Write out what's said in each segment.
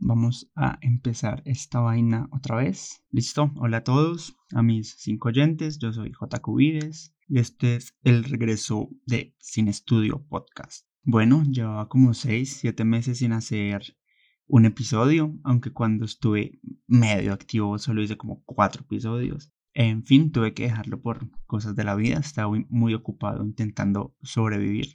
vamos a empezar esta vaina otra vez. ¿Listo? Hola a todos, a mis 5 oyentes, yo soy J. Cubides y este es el regreso de Sin Estudio Podcast. Bueno, llevaba como 6-7 meses sin hacer un episodio, aunque cuando estuve medio activo solo hice como 4 episodios. En fin, tuve que dejarlo por cosas de la vida, estaba muy ocupado intentando sobrevivir.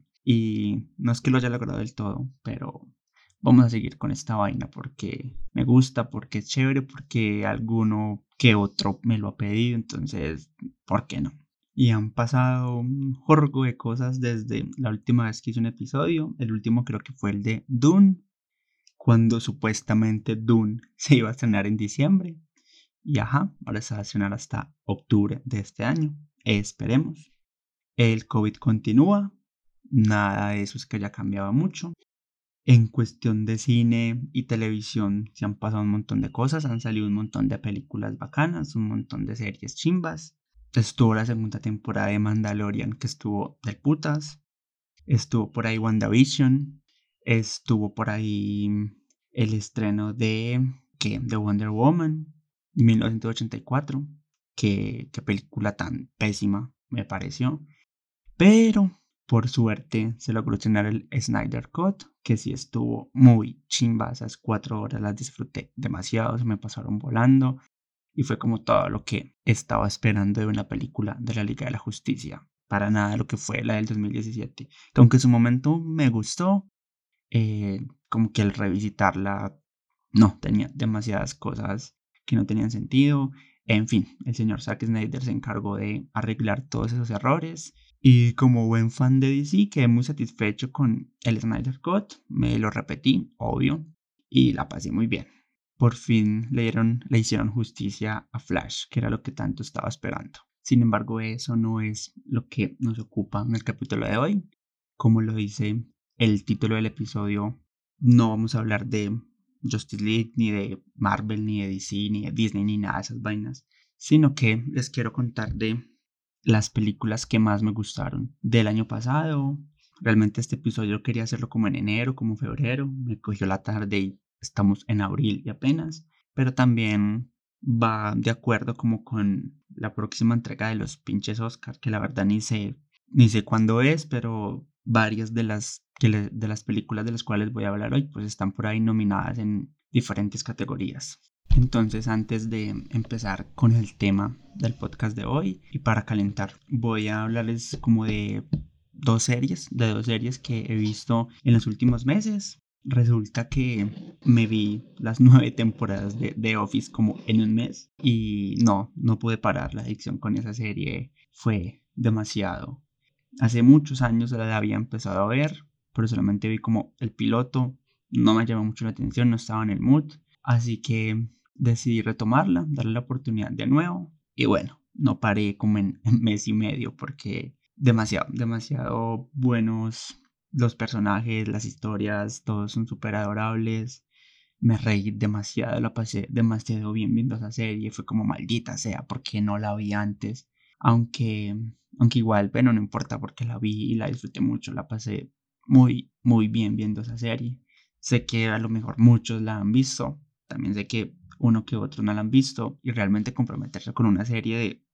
Y no es que lo haya logrado del todo, pero vamos a seguir con esta vaina porque me gusta, porque es chévere, porque alguno que otro me lo ha pedido, entonces, ¿por qué no? Y han pasado un jorgo de cosas desde la última vez que hice un episodio. El último creo que fue el de Dune, cuando supuestamente Dune se iba a estrenar en diciembre. Y ahora se va a estrenar hasta octubre de este año. Esperemos. El COVID continúa. Nada de eso es que haya cambiado mucho. En cuestión de cine y televisión se han pasado un montón de cosas, han salido un montón de películas bacanas, un montón de series chimbas. Estuvo la segunda temporada de Mandalorian que estuvo del putas. Estuvo por ahí WandaVision. Estuvo por ahí el estreno de Wonder Woman 1984. Qué película tan pésima me pareció. Pero por suerte se logró estrenar el Snyder Cut, que sí estuvo muy chimba. Esas 4 horas las disfruté demasiado, se me pasaron volando y fue como todo lo que estaba esperando de una película de la Liga de la Justicia. Para nada lo que fue la del 2017, que aunque en su momento me gustó, como que al revisitarla no tenía demasiadas cosas que no tenían sentido. En fin, el señor Zack Snyder se encargó de arreglar todos esos errores. Y como buen fan de DC, quedé muy satisfecho con el Snyder Cut. Me lo repetí, obvio, y la pasé muy bien. Por fin le hicieron justicia a Flash, que era lo que tanto estaba esperando. Sin embargo, eso no es lo que nos ocupa en el capítulo de hoy. Como lo dice el título del episodio, no vamos a hablar de Justice League, ni de Marvel, ni de DC, ni de Disney, ni nada de esas vainas, sino que les quiero contar de las películas que más me gustaron del año pasado. Realmente este episodio quería hacerlo como en enero, como febrero, me cogió la tarde y estamos en abril y apenas, pero también va de acuerdo como con la próxima entrega de los pinches Oscar, que la verdad ni sé cuándo es, pero varias de las películas de las cuales voy a hablar hoy pues están por ahí nominadas en diferentes categorías. Entonces, antes de empezar con el tema del podcast de hoy y para calentar, voy a hablarles como de dos series que he visto en los últimos meses. Resulta que me vi las 9 temporadas de The Office como en un mes y no pude parar. La adicción con esa serie fue demasiado. Hace muchos años la había empezado a ver, pero solamente vi como el piloto. No me llamó mucho la atención, no estaba en el mood. Así que decidí retomarla, darle la oportunidad de nuevo. Y bueno, no paré como en mes y medio porque demasiado buenos los personajes, las historias, todos son súper adorables. Me reí demasiado, la pasé demasiado bien viendo esa serie. Fue como maldita sea, porque no la vi antes. Aunque, aunque igual, bueno, no importa porque la vi y la disfruté mucho. La pasé muy bien viendo esa serie. Sé que a lo mejor muchos la han visto. También sé que uno que otro no la han visto. Y realmente comprometerse con una serie de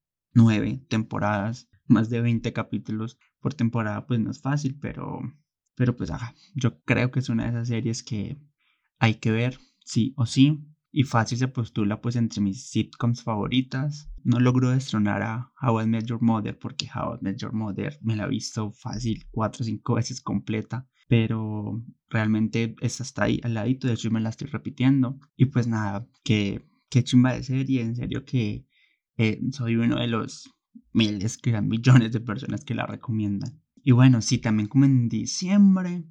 9 temporadas, más de 20 capítulos por temporada, pues no es fácil, pero pues yo creo que es una de esas series que hay que ver, sí o sí, y fácil se postula pues entre mis sitcoms favoritas. No logro destronar a How I Met Your Mother porque How I Met Your Mother me la he visto fácil 4 o 5 veces completa, pero realmente esta está ahí al ladito, de hecho me la estoy repitiendo. Y pues nada, qué chimba de serie, en serio que soy uno de los miles, que eran millones de personas que la recomiendan. Y bueno, sí, también como en diciembre,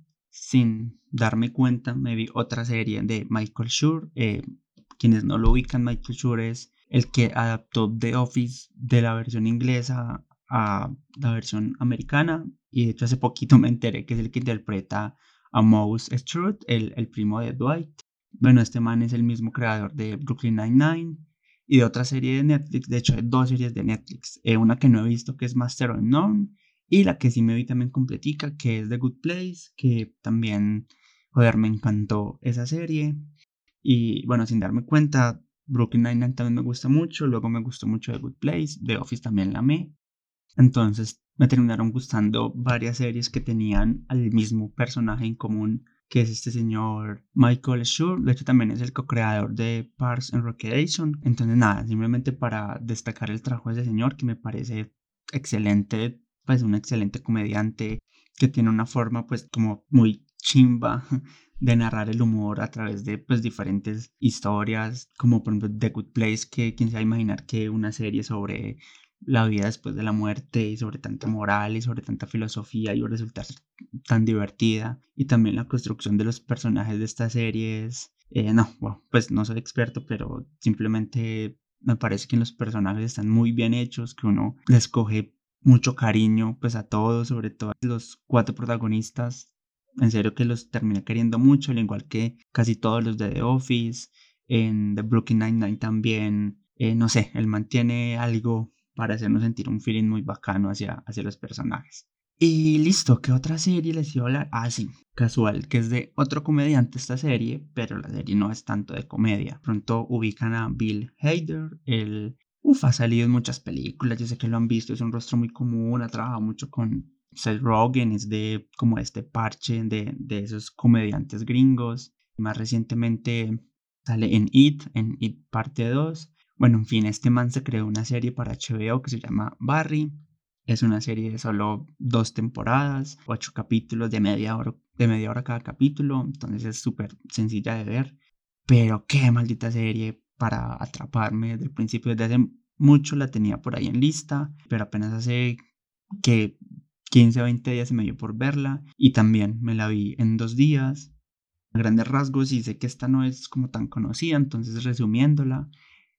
sin darme cuenta, me vi otra serie de Michael Schur. Quienes no lo ubican, Michael Schur es el que adaptó The Office de la versión inglesa a la versión americana. Y de hecho hace poquito me enteré que es el que interpreta a Mouse Strutt, el primo de Dwight. Bueno, este man es el mismo creador de Brooklyn Nine-Nine y de otra serie de Netflix. De hecho, hay 2 series de Netflix. Una que no he visto, que es Master Unknown, y la que sí me vi también completica, que es The Good Place, que también, joder, me encantó esa serie. Y bueno, sin darme cuenta, Brooklyn Nine-Nine también me gusta mucho, luego me gustó mucho The Good Place, The Office también la amé. Entonces me terminaron gustando varias series que tenían al mismo personaje en común, que es este señor Michael Schur. De hecho, también es el co-creador de Parks and Recreation. Entonces, nada, simplemente para destacar el trabajo de ese señor, que me parece excelente, pues un excelente comediante que tiene una forma, pues, como muy chimba de narrar el humor a través de, pues, diferentes historias, como por ejemplo The Good Place, que quién se va a imaginar que una serie sobre la vida después de la muerte y sobre tanta moral y sobre tanta filosofía iba a resultar tan divertida. Y también la construcción de los personajes de esta serie es, no, bueno, pues no soy experto, pero simplemente me parece que los personajes están muy bien hechos, que uno les coge mucho cariño pues a todos, sobre todo a los cuatro protagonistas. En serio que los terminé queriendo mucho, al igual que casi todos los de The Office. En The Brooklyn Nine-Nine también, no sé, él mantiene algo para hacernos sentir un feeling muy bacano hacia los personajes. Y listo, ¿qué otra serie les iba a hablar? Ah, sí, casual, que es de otro comediante esta serie, pero la serie no es tanto de comedia. Pronto ubican a Bill Hader, el... Uf, ha salido en muchas películas, yo sé que lo han visto, es un rostro muy común, ha trabajado mucho con Seth Rogen, es de como este parche de esos comediantes gringos. Más recientemente sale en It parte 2. Bueno, en fin, este man se creó una serie para HBO que se llama Barry. Es una serie de solo 2 temporadas, 8 capítulos de media hora cada capítulo, entonces es súper sencilla de ver. Pero qué maldita serie para atraparme desde el principio. Desde hace mucho la tenía por ahí en lista, pero apenas hace que 15 o 20 días se me dio por verla y también me la vi en 2 días. A grandes rasgos, y sé que esta no es como tan conocida, entonces resumiéndola,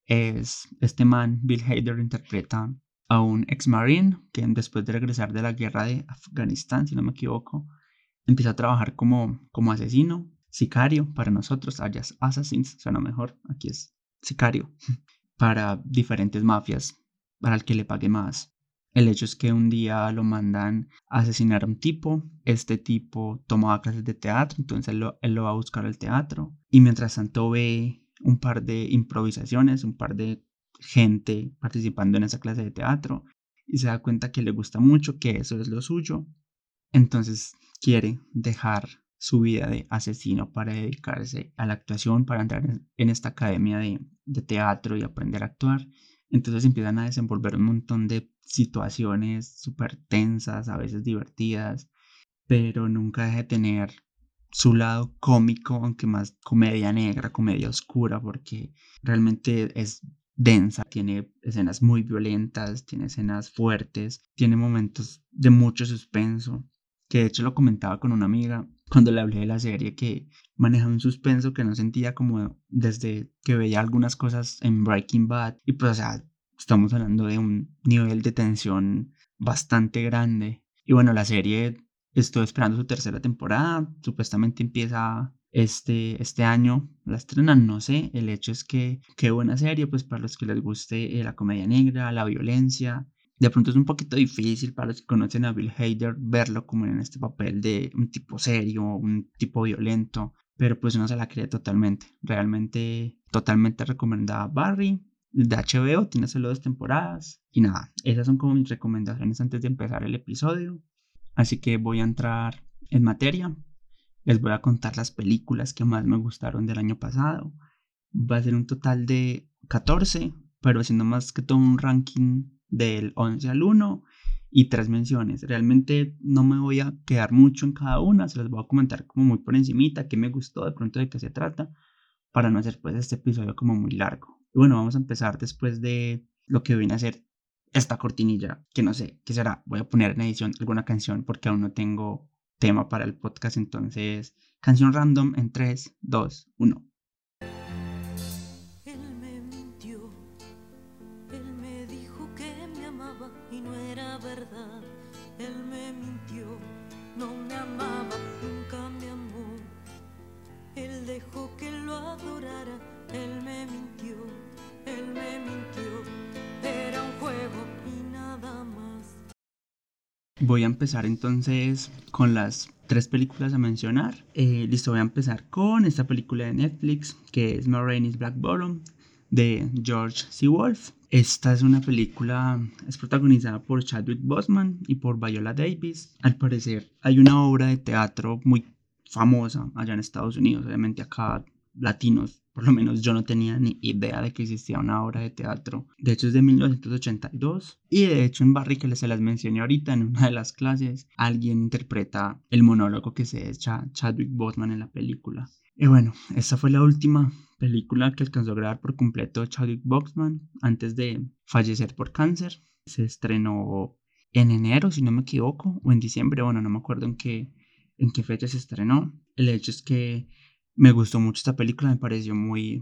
es este man, Bill Hader, interpreta a un ex marine que después de regresar de la guerra de Afganistán, si no me equivoco, empieza a trabajar como asesino, sicario para nosotros, allá es assassins, suena mejor, aquí es sicario, para diferentes mafias, para el que le pague más. El hecho es que un día lo mandan a asesinar a un tipo. Este tipo tomaba clases de teatro, entonces él lo va a buscar al teatro. Y mientras tanto ve un par de improvisaciones, un par de gente participando en esa clase de teatro. Y se da cuenta que le gusta mucho, que eso es lo suyo. Entonces quiere dejar su vida de asesino para dedicarse a la actuación, para entrar en esta academia de teatro y aprender a actuar. Entonces empiezan a desenvolver un montón de situaciones súper tensas, a veces divertidas, pero nunca deja de tener su lado cómico, aunque más comedia negra, comedia oscura, porque realmente es densa, tiene escenas muy violentas, tiene escenas fuertes, tiene momentos de mucho suspenso, que de hecho lo comentaba con una amiga cuando le hablé de la serie, que maneja un suspenso que no sentía como desde que veía algunas cosas en Breaking Bad, y pues o sea, estamos hablando de un nivel de tensión bastante grande. Y bueno, la serie estoy esperando su tercera temporada. Supuestamente empieza este año. La estrenan, no sé. El hecho es que qué buena serie, pues para los que les guste la comedia negra, la violencia. De pronto es un poquito difícil para los que conocen a Bill Hader verlo como en este papel de un tipo serio, un tipo violento. Pero pues uno se la cree totalmente. Realmente, totalmente recomendada Barry. De HBO, tiene solo 2 temporadas. Y nada, esas son como mis recomendaciones antes de empezar el episodio. Así que voy a entrar en materia. Les voy a contar las películas que más me gustaron del año pasado. Va a ser un total de 14, pero haciendo más que todo un ranking del 11 al 1 y 3 menciones. Realmente no me voy a quedar mucho en cada una, se las voy a comentar como muy por encimita, qué me gustó, de pronto de qué se trata, para no hacer pues este episodio como muy largo. Y bueno, vamos a empezar después de lo que viene a ser esta cortinilla, que no sé qué será. Voy a poner en edición alguna canción porque aún no tengo tema para el podcast. Entonces, canción random en 3, 2, 1. Él me mintió, él me dijo que me amaba y no era verdad. Él me mintió, no me amaba, nunca me amó. Él dejó que lo adorara, él me mintió, era un juego y nada más. Voy a empezar entonces con las 3 películas a mencionar. Listo, voy a empezar con esta película de Netflix que es Ma Rainey's Black Bottom de George C. Wolfe. Esta es una película, es protagonizada por Chadwick Boseman y por Viola Davis. Al parecer hay una obra de teatro muy famosa allá en Estados Unidos. Obviamente acá latinos, por lo menos yo no tenía ni idea de que existía una obra de teatro. De hecho es de 1982 y de hecho en Barry, que se las mencioné ahorita en una de las clases, alguien interpreta el monólogo que se echa Chadwick Boseman en la película. Y bueno, esta fue la última película que alcanzó a grabar por completo Chadwick Boseman antes de fallecer por cáncer. Se estrenó en enero, si no me equivoco, o en diciembre, bueno, no me acuerdo en qué fecha se estrenó. El hecho es que me gustó mucho esta película, me pareció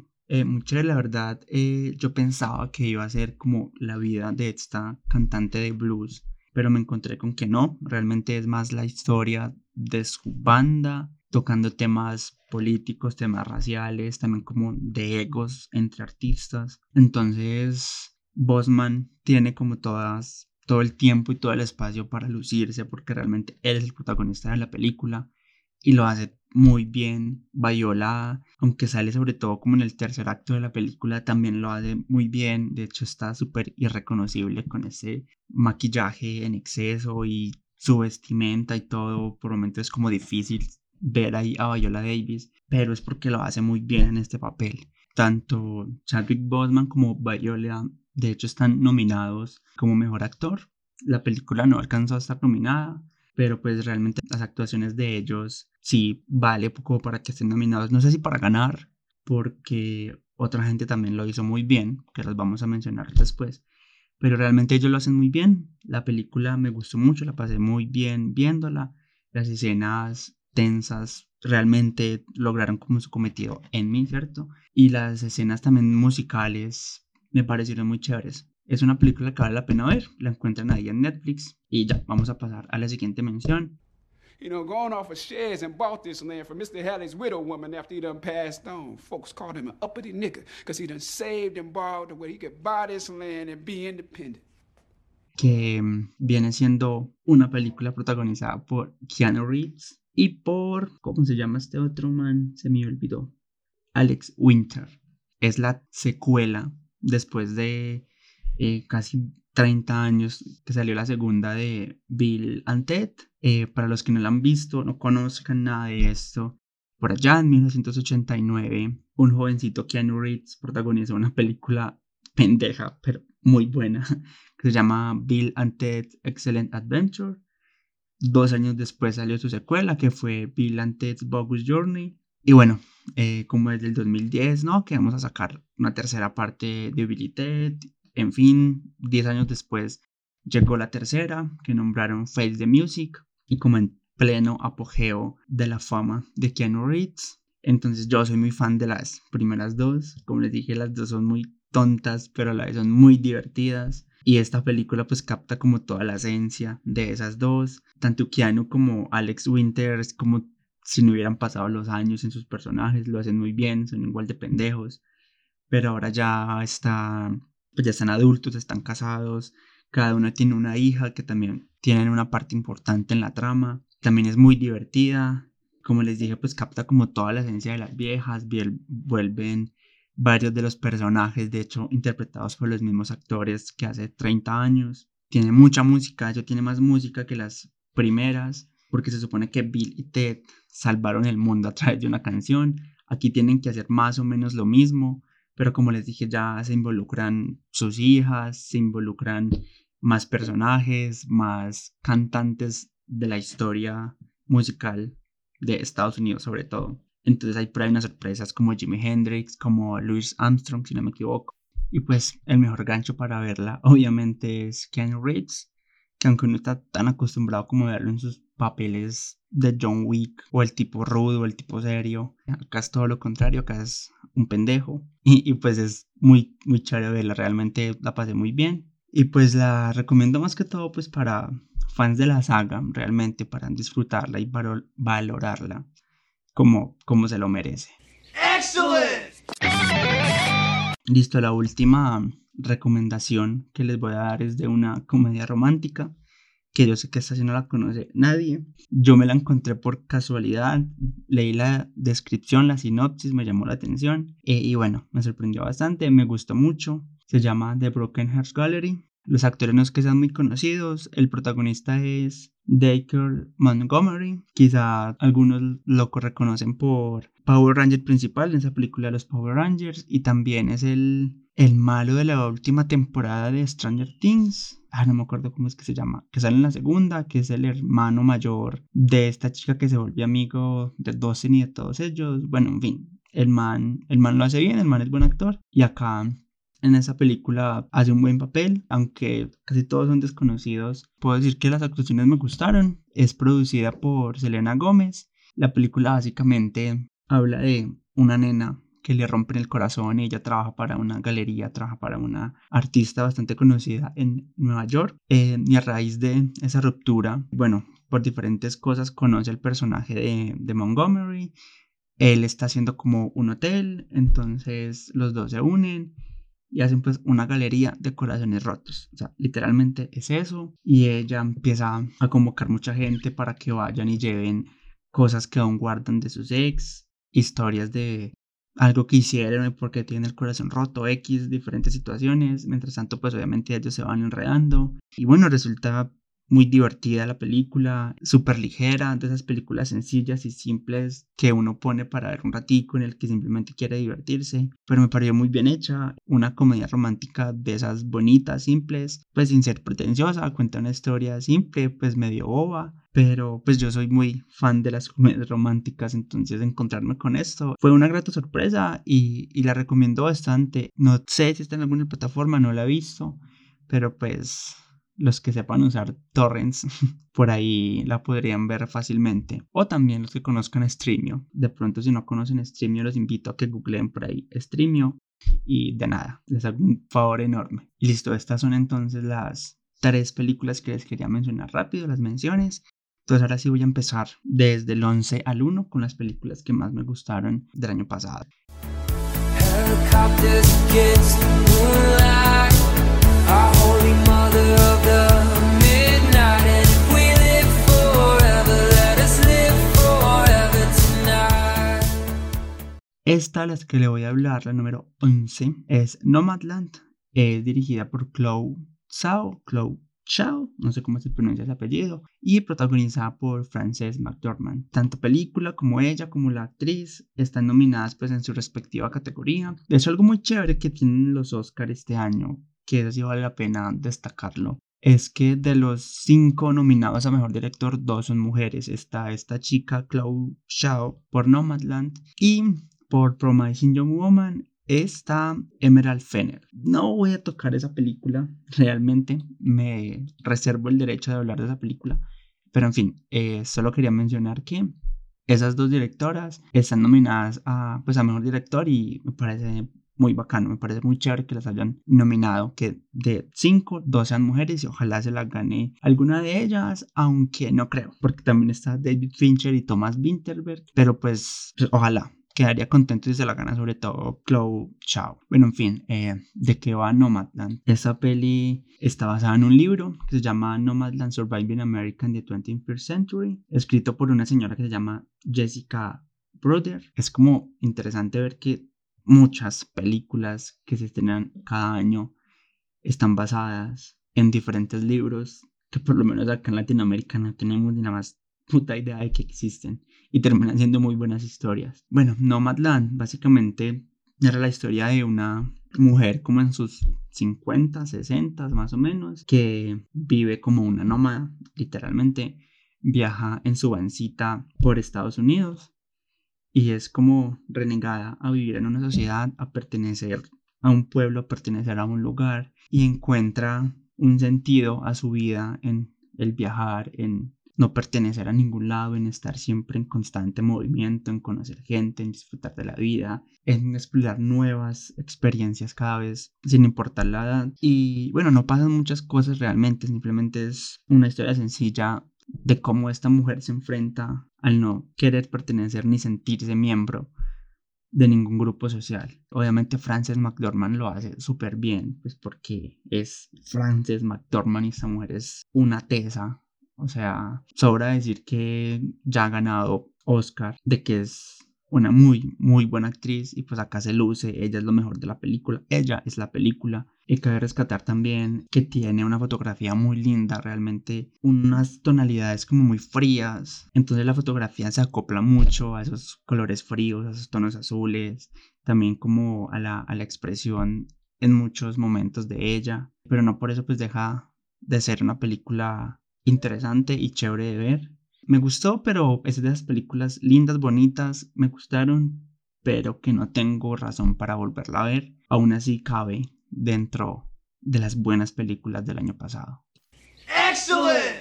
muy chévere, la verdad. Yo pensaba que iba a ser como la vida de esta cantante de blues, pero me encontré con que no, realmente es más la historia de su banda, tocando temas políticos, temas raciales, también como de egos entre artistas. Entonces, Bosman tiene como todo el tiempo y todo el espacio para lucirse, porque realmente él es el protagonista de la película y lo hace muy bien. Viola, aunque sale sobre todo como en el tercer acto de la película, también lo hace muy bien. De hecho está súper irreconocible con ese maquillaje en exceso y su vestimenta y todo. Por momentos es como difícil ver ahí a Viola Davis, pero es porque lo hace muy bien en este papel. Tanto Chadwick Boseman como Viola, de hecho, están nominados como mejor actor. La película no alcanzó a estar nominada, pero pues realmente las actuaciones de ellos sí vale poco para que estén nominados. No sé si para ganar, porque otra gente también lo hizo muy bien, que los vamos a mencionar después, pero realmente ellos lo hacen muy bien. La película me gustó mucho, la pasé muy bien viéndola. Las escenas tensas realmente lograron como su cometido en mí, ¿cierto? Y las escenas también musicales me parecieron muy chéveres. Es una película que vale la pena ver, la encuentran ahí en Netflix. Y ya, vamos a pasar a la siguiente mención. Going off of shares and bought this land from Mr. Halley's widow woman after he done passed on. Folks called him an uppity nigga because he done saved and borrowed to where he could buy this land and be independent. Que viene siendo una película protagonizada por Keanu Reeves y por, ¿cómo se llama este otro man? Se me olvidó. Alex Winter. Es la secuela después de casi 30 años que salió la segunda de Bill and Ted. Para los que no la han visto, no conozcan nada de esto, por allá en 1989 un jovencito Keanu Reeves protagonizó una película pendeja pero muy buena que se llama Bill and Ted Excellent Adventure. 2 años después salió su secuela, que fue Bill and Ted's Bogus Journey. Y bueno, como desde el 2010, ¿no? Que vamos a sacar una tercera parte de Bill y Ted. En fin, 10 años después llegó la tercera, que nombraron Face the Music. Y como en pleno apogeo de la fama de Keanu Reeves. Entonces yo soy muy fan de las primeras dos. Como les dije, las dos son muy tontas, pero a la vez son muy divertidas. Y esta película pues capta como toda la esencia de esas dos. Tanto Keanu como Alex Winter es como si no hubieran pasado los años en sus personajes. Lo hacen muy bien, son igual de pendejos. Pero ahora pues ya están adultos, están casados. Cada uno tiene una hija que también tienen una parte importante en la trama. También es muy divertida. Como les dije, pues capta como toda la esencia de las viejas. Vuelven varios de los personajes, de hecho, interpretados por los mismos actores que hace 30 años. Tiene mucha música, de hecho tiene más música que las primeras, porque se supone que Bill y Ted salvaron el mundo a través de una canción. Aquí tienen que hacer más o menos lo mismo, pero como les dije, ya se involucran sus hijas, se involucran más personajes, más cantantes de la historia musical de Estados Unidos sobre todo. Entonces hay por ahí unas sorpresas como Jimi Hendrix, como Louis Armstrong, si no me equivoco. Y pues el mejor gancho para verla obviamente es Keanu Reeves, que aunque uno está tan acostumbrado como a verlo en sus papeles de John Wick o el tipo rudo o el tipo serio, acá es todo lo contrario, acá es un pendejo y pues es muy muy chévere verla, realmente la pasé muy bien y pues la recomiendo más que todo pues para fans de la saga, realmente para disfrutarla y valorarla como se lo merece. Excellent. Listo, la última recomendación que les voy a dar es de una comedia romántica que yo sé que esta sí no la conoce nadie. Yo me la encontré por casualidad, leí la descripción, la sinopsis, me llamó la atención y bueno, me sorprendió bastante, me gustó mucho. Se llama The Broken Hearts Gallery. Los actores no es que sean muy conocidos, el protagonista es Dacre Montgomery, quizá algunos lo reconocen por Power Ranger principal en esa película de los Power Rangers, y también es el malo de la última temporada de Stranger Things. No me acuerdo cómo es que se llama, que sale en la segunda, que es el hermano mayor de esta chica que se volvió amigo de Dawson y de todos ellos. Bueno, en fin, el man lo hace bien, el man es buen actor, y acá en esa película hace un buen papel, aunque casi todos son desconocidos. Puedo decir que las actuaciones me gustaron. Es producida por Selena Gómez. La película básicamente habla de una nena que le rompen el corazón y ella trabaja para una galería, trabaja para una artista bastante conocida en Nueva York. Y a raíz de esa ruptura, bueno, por diferentes cosas conoce el personaje de Montgomery. Él está haciendo como un hotel, entonces los dos se unen y hacen pues una galería de corazones rotos. O sea, literalmente es eso. Y ella empieza a convocar mucha gente para que vayan y lleven cosas que aún guardan de sus ex, historias de algo que hicieron y por qué tienen el corazón roto, X, diferentes situaciones. Mientras tanto, pues obviamente ellos se van enredando. Y bueno, resulta muy divertida la película, súper ligera, de esas películas sencillas y simples que uno pone para ver un ratico en el que simplemente quiere divertirse, pero me pareció muy bien hecha, una comedia romántica de esas bonitas, simples, pues sin ser pretenciosa, cuenta una historia simple, pues medio boba, pero pues yo soy muy fan de las comedias románticas, entonces encontrarme con esto fue una grata sorpresa y la recomiendo bastante. No sé si está en alguna plataforma, no la he visto, pero pues los que sepan usar torrents por ahí la podrían ver fácilmente, o también los que conozcan Streamio. De pronto, si no conocen Streamio, los invito a que googleen por ahí Streamio y de nada, les hago un favor enorme. Y listo, estas son entonces las 3 películas que les quería mencionar rápido, las menciones. Entonces ahora sí voy a empezar desde el 11 al 1 con las películas que más me gustaron del año pasado. Esta, las que le voy a hablar, la número 11, es Nomadland. Es dirigida por Chloe Zhao, no sé cómo se pronuncia ese apellido, y protagonizada por Frances McDormand. Tanto película como ella, como la actriz, están nominadas pues en su respectiva categoría. De hecho, algo muy chévere que tienen los Oscars este año, que eso sí vale la pena destacarlo, es que de los 5 nominados a Mejor Director, 2 son mujeres. Está esta chica Chloe Zhao por Nomadland y por Promising Young Woman está Emerald Fennell. No voy a tocar esa película, realmente me reservo el derecho de hablar de esa película, pero en fin, solo quería mencionar que esas 2 directoras están nominadas a Mejor Director y me parece muy bacano, me parece muy chévere que las hayan nominado, que de 5, 2 sean mujeres y ojalá se las gane alguna de ellas, aunque no creo, porque también está David Fincher y Thomas Vinterberg, pero pues ojalá. Quedaría contento si se la gana sobre todo Chloe Zhao. Bueno, en fin, ¿de qué va Nomadland? Esta peli está basada en un libro que se llama Nomadland Surviving America in the 21st Century, escrito por una señora que se llama Jessica Bruder. Es como interesante ver que muchas películas que se estrenan cada año están basadas en diferentes libros que por lo menos acá en Latinoamérica no tenemos ni la más puta idea de que existen y terminan siendo muy buenas historias. Bueno, Nomadland básicamente era la historia de una mujer como en sus 50, 60 más o menos, que vive como una nómada, literalmente viaja en su vancita por Estados Unidos y es como renegada a vivir en una sociedad, a pertenecer a un pueblo, a pertenecer a un lugar, y encuentra un sentido a su vida en el viajar, en no pertenecer a ningún lado, en estar siempre en constante movimiento, en conocer gente, en disfrutar de la vida, en explorar nuevas experiencias cada vez sin importar la edad. Y bueno, no pasan muchas cosas realmente, simplemente es una historia sencilla de cómo esta mujer se enfrenta al no querer pertenecer ni sentirse miembro de ningún grupo social. Obviamente Frances McDormand lo hace súper bien, pues porque es Frances McDormand y esta mujer es una tesa O sea, sobra decir que ya ha ganado Oscar, de que es una muy, muy buena actriz y pues acá se luce, ella es lo mejor de la película, ella es la película. Y cabe rescatar también que tiene una fotografía muy linda, realmente unas tonalidades como muy frías, entonces la fotografía se acopla mucho a esos colores fríos, a esos tonos azules, también como a la expresión en muchos momentos de ella, pero no por eso pues deja de ser una película interesante y chévere de ver. Me gustó, pero es de esas películas lindas, bonitas, me gustaron, pero que no tengo razón para volverla a ver. Aún así cabe dentro de las buenas películas del año pasado. ¡Excellent!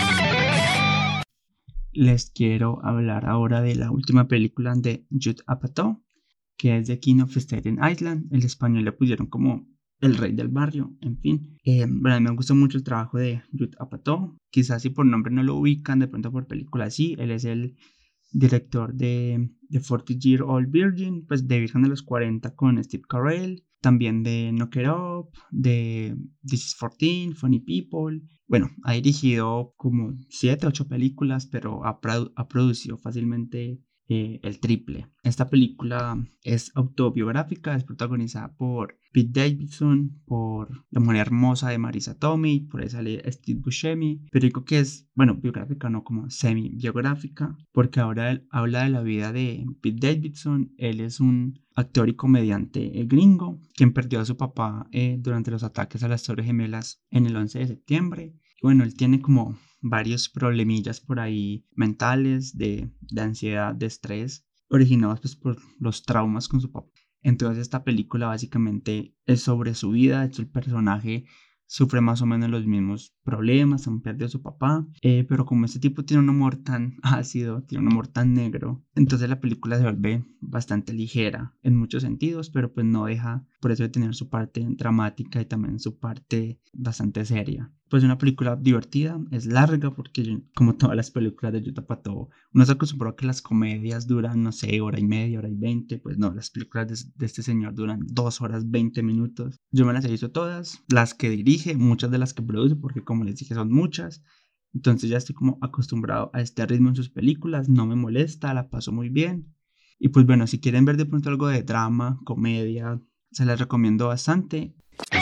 Les quiero hablar ahora de la última película de Judd Apatow, que es The King of Staten Island. En español le pusieron como El Rey del Barrio, en fin. Bueno, me gustó mucho el trabajo de Judd Apatow. Quizás si por nombre no lo ubican, de pronto por película sí. Él es el director de 40 Year Old Virgin, pues de Virgen de los 40 con Steve Carell. También de Knock It Up, de This is 14, Funny People. Bueno, ha dirigido como 7, 8 películas, pero ha producido fácilmente el triple. Esta película es autobiográfica, es protagonizada por Pete Davidson, por la mujer hermosa de Marisa Tomei, por ahí sale Steve Buscemi, pero digo que es, bueno, biográfica, no como semi-biográfica, porque ahora él habla de la vida de Pete Davidson. Él es un actor y comediante gringo, quien perdió a su papá durante los ataques a las Torres Gemelas en el 11 de septiembre. Y bueno, él tiene como varios problemillas por ahí mentales, de ansiedad, de estrés, originados pues por los traumas con su papá. Entonces esta película básicamente es sobre su vida, el personaje sufre más o menos los mismos problemas, aún perdió a su papá, pero como este tipo tiene un humor tan ácido, tiene un humor tan negro, entonces la película se vuelve bastante ligera en muchos sentidos, pero pues no deja por eso de tener su parte dramática y también su parte bastante seria. Pues una película divertida, es larga porque como todas las películas de Judd Apatow, uno se acostumbró a que las comedias duran, no sé, hora y media, hora y 20, pues no, las películas de este señor duran 2 horas 20 minutos. Yo me las he visto todas, las que dirige, muchas de las que produce, porque como les dije son muchas, entonces ya estoy como acostumbrado a este ritmo en sus películas, no me molesta, la paso muy bien. Y pues bueno, si quieren ver de pronto algo de drama, comedia, se las recomiendo bastante.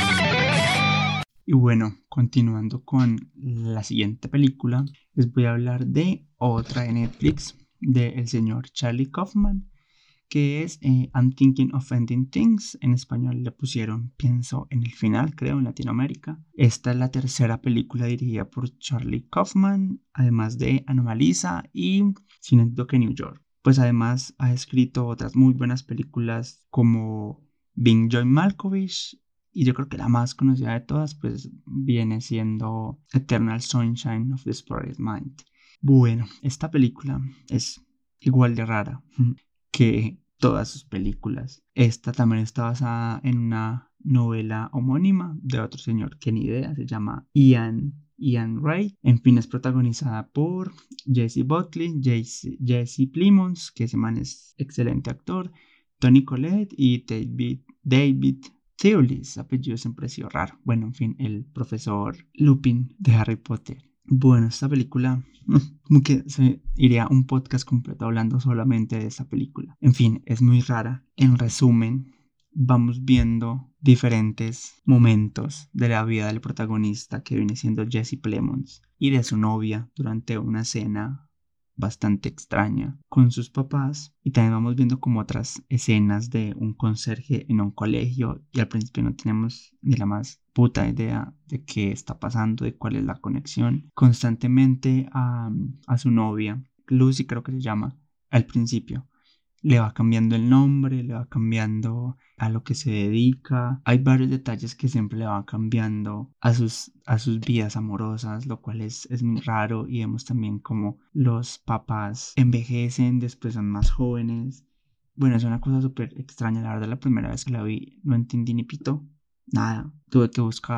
Y bueno, continuando con la siguiente película, les voy a hablar de otra de Netflix, del señor Charlie Kaufman, que es I'm Thinking of Ending Things. En español le pusieron Pienso en el final, creo, en Latinoamérica. Esta es la tercera película dirigida por Charlie Kaufman, además de Anomalisa y Synecdoche, New York. Pues además ha escrito otras muy buenas películas como Being John Malkovich, y yo creo que la más conocida de todas pues viene siendo Eternal Sunshine of the Spotless Mind. Bueno, esta película es igual de rara que todas sus películas. Esta también está basada en una novela homónima de otro señor que ni idea, se llama Ian Wright. En fin, es protagonizada por Jesse Buckley, Jesse Plemons, que ese man es excelente actor, Toni Collette y David Thewlis, apellido siempre ha sido raro. Bueno, en fin, el profesor Lupin de Harry Potter. Bueno, esta película, como que se iría un podcast completo hablando solamente de esta película. En fin, es muy rara. En resumen, vamos viendo diferentes momentos de la vida del protagonista, que viene siendo Jesse Plemons, y de su novia durante una cena bastante extraña con sus papás, y también vamos viendo como otras escenas de un conserje en un colegio, y al principio no tenemos ni la más puta idea de qué está pasando, de cuál es la conexión. Constantemente a su novia, Lucy creo que se llama, al principio le va cambiando el nombre, le va cambiando a lo que se dedica. Hay varios detalles que siempre le van cambiando a sus vidas amorosas, lo cual es muy raro. Y vemos también como los papás envejecen, después son más jóvenes. Bueno, es una cosa súper extraña. La verdad, la primera vez que la vi no entendí ni pito. Nada, tuve que buscar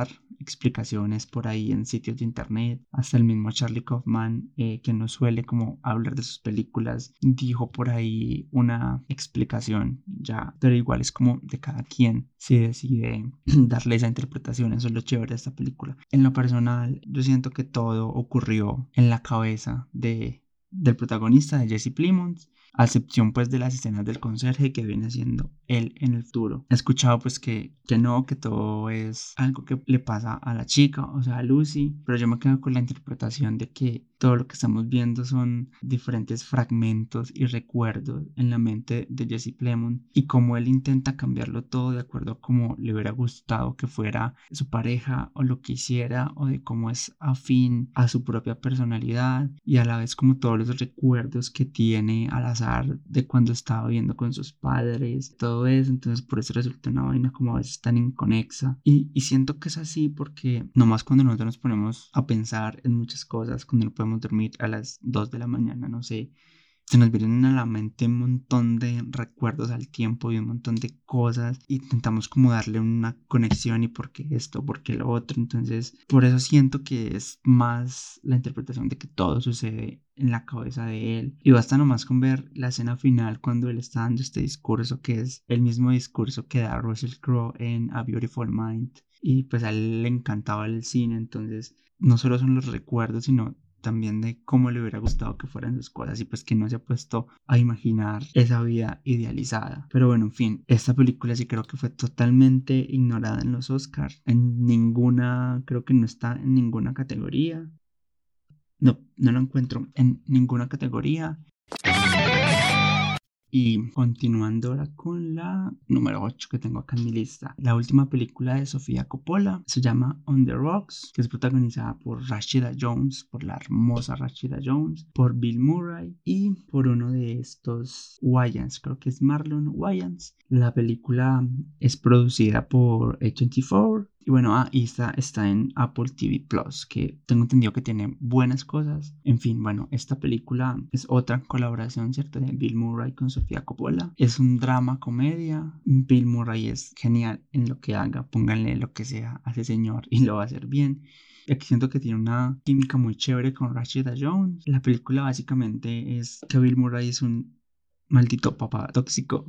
explicaciones por ahí en sitios de internet. Hasta el mismo Charlie Kaufman, que no suele como hablar de sus películas, dijo por ahí una explicación ya, pero igual es como de cada quien si decide darle esa interpretación. Eso es lo chévere de esta película. En lo personal, yo siento que todo ocurrió en la cabeza del protagonista, de Jesse Plemons, a excepción pues de las escenas del conserje que viene siendo él en el futuro. He escuchado pues que todo es algo que le pasa a la chica, o sea a Lucy, pero yo me quedo con la interpretación de que todo lo que estamos viendo son diferentes fragmentos y recuerdos en la mente de Jesse Plemons y cómo él intenta cambiarlo todo de acuerdo a cómo le hubiera gustado que fuera su pareja o lo que hiciera, o de cómo es afín a su propia personalidad, y a la vez como todos los recuerdos que tiene al azar de cuando estaba viviendo con sus padres, todo eso. Entonces por eso resulta una vaina como a veces tan inconexa, y siento que es así porque nomás cuando nosotros nos ponemos a pensar en muchas cosas, cuando no podemos dormir a las 2 de la mañana, no sé, se nos vienen a la mente un montón de recuerdos al tiempo y un montón de cosas, y intentamos como darle una conexión y por qué esto, por qué lo otro. Entonces por eso siento que es más la interpretación de que todo sucede en la cabeza de él, y basta nomás con ver la escena final cuando él está dando este discurso, que es el mismo discurso que da Russell Crowe en A Beautiful Mind, y pues a él le encantaba el cine. Entonces no solo son los recuerdos, sino también de cómo le hubiera gustado que fueran sus cosas, y pues que no se ha puesto a imaginar esa vida idealizada. Pero bueno, en fin, esta película sí creo que fue totalmente ignorada en los Oscars. Creo que no está en ninguna categoría. No lo encuentro en ninguna categoría. Y continuando ahora con la número 8 que tengo acá en mi lista. La última película de Sofía Coppola se llama On the Rocks, que es protagonizada por Rashida Jones, por la hermosa Rashida Jones, por Bill Murray y por uno de estos Wayans, creo que es Marlon Wayans. La película es producida por A24. Y bueno, y está en Apple TV Plus, que tengo entendido que tiene buenas cosas. En fin, bueno, esta película es otra colaboración, ¿cierto?, de Bill Murray con Sofía Coppola. Es un drama comedia. Bill Murray es genial en lo que haga. Pónganle lo que sea a ese señor y lo va a hacer bien. Aquí siento que tiene una química muy chévere con Rashida Jones. La película básicamente es que Bill Murray es un maldito papá tóxico.